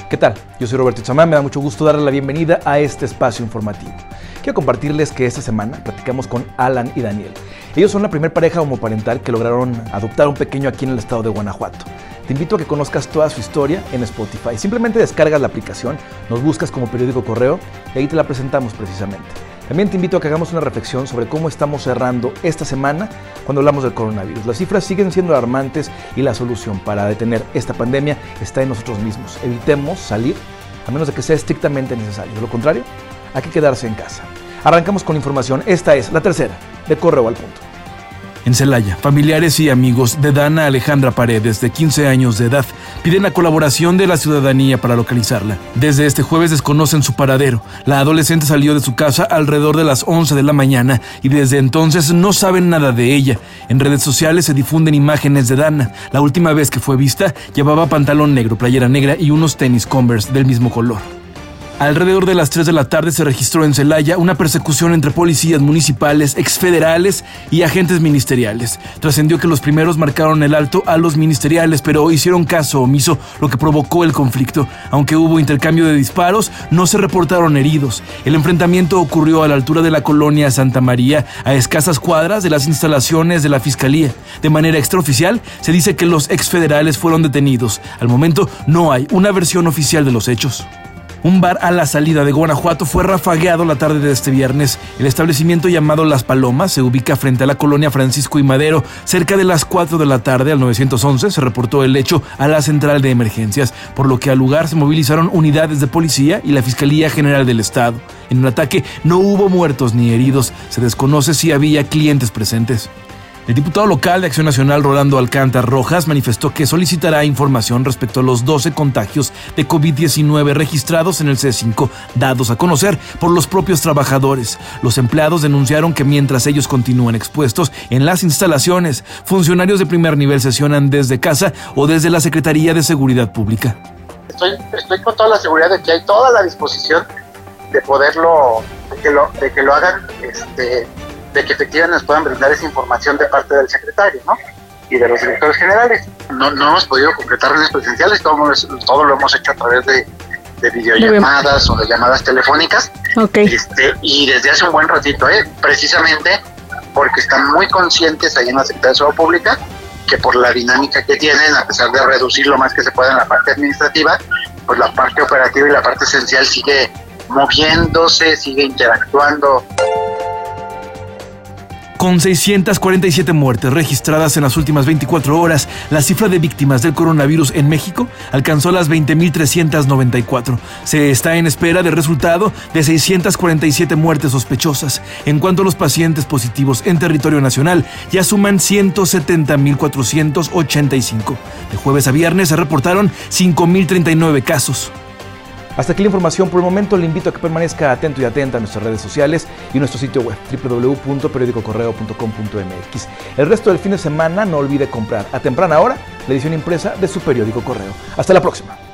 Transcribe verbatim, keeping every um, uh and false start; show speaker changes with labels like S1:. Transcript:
S1: ¿Qué tal? Yo soy Roberto Itzamán, me da mucho gusto darle la bienvenida a este espacio informativo. Quiero compartirles que esta semana platicamos con Alan y Daniel. Ellos son la primera pareja homoparental que lograron adoptar un pequeño aquí en el estado de Guanajuato. Te invito a que conozcas toda su historia en Spotify. Simplemente descargas la aplicación, nos buscas como Periódico Correo y ahí te la presentamos precisamente. También te invito a que hagamos una reflexión sobre cómo estamos cerrando esta semana cuando hablamos del coronavirus. Las cifras siguen siendo alarmantes y la solución para detener esta pandemia está en nosotros mismos. Evitemos salir a menos de que sea estrictamente necesario. De lo contrario, hay que quedarse en casa. Arrancamos con información. Esta es la tercera de Correo al Punto.
S2: En Celaya, familiares y amigos de Dana Alejandra Paredes, de quince años de edad, piden la colaboración de la ciudadanía para localizarla. Desde este jueves desconocen su paradero. La adolescente salió de su casa alrededor de las once de la mañana y desde entonces no saben nada de ella. En redes sociales se difunden imágenes de Dana. La última vez que fue vista, llevaba pantalón negro, playera negra y unos tenis Converse del mismo color. Alrededor de las tres de la tarde se registró en Celaya una persecución entre policías municipales, exfederales y agentes ministeriales. Trascendió que los primeros marcaron el alto a los ministeriales, pero hicieron caso omiso, lo que provocó el conflicto. Aunque hubo intercambio de disparos, no se reportaron heridos. El enfrentamiento ocurrió a la altura de la colonia Santa María, a escasas cuadras de las instalaciones de la Fiscalía. De manera extraoficial, se dice que los exfederales fueron detenidos. Al momento, no hay una versión oficial de los hechos. Un bar a la salida de Guanajuato fue rafagueado la tarde de este viernes. El establecimiento llamado Las Palomas se ubica frente a la colonia Francisco y Madero. Cerca de las cuatro de la tarde, al nueve once, se reportó el hecho a la central de emergencias, por lo que al lugar se movilizaron unidades de policía y la Fiscalía General del Estado. En el ataque no hubo muertos ni heridos. Se desconoce si había clientes presentes. El diputado local de Acción Nacional, Rolando Alcántara Rojas, manifestó que solicitará información respecto a los doce contagios de COVID diecinueve registrados en el C cinco, dados a conocer por los propios trabajadores. Los empleados denunciaron que mientras ellos continúan expuestos en las instalaciones, funcionarios de primer nivel sesionan desde casa o desde la Secretaría de Seguridad Pública.
S3: Estoy, estoy con toda la seguridad de que hay toda la disposición de poderlo, de que lo, de que lo hagan, este... de que efectivamente nos puedan brindar esa información de parte del secretario, ¿no? Y de los directores generales. No, no hemos podido concretar reuniones presenciales, todo, todo lo hemos hecho a través de, de videollamadas o de llamadas telefónicas.
S4: Okay.
S3: Este, y desde hace un buen ratito, ¿eh? Precisamente porque están muy conscientes ahí en la Secretaría de Salud Pública que por la dinámica que tienen, a pesar de reducir lo más que se pueda en la parte administrativa, pues la parte operativa y la parte esencial sigue moviéndose, sigue interactuando.
S2: Con seiscientas cuarenta y siete muertes registradas en las últimas veinticuatro horas, la cifra de víctimas del coronavirus en México alcanzó las veinte mil trescientas noventa y cuatro. Se está en espera del resultado de seiscientas cuarenta y siete muertes sospechosas. En cuanto a los pacientes positivos en territorio nacional, ya suman ciento setenta mil cuatrocientos ochenta y cinco. De jueves a viernes se reportaron cinco mil treinta y nueve casos.
S1: Hasta aquí la información. Por el momento le invito a que permanezca atento y atenta a nuestras redes sociales y nuestro sitio web doble u doble u doble u punto periódico correo punto com punto m x. El resto del fin de semana no olvide comprar a temprana hora la edición impresa de su periódico Correo. Hasta la próxima.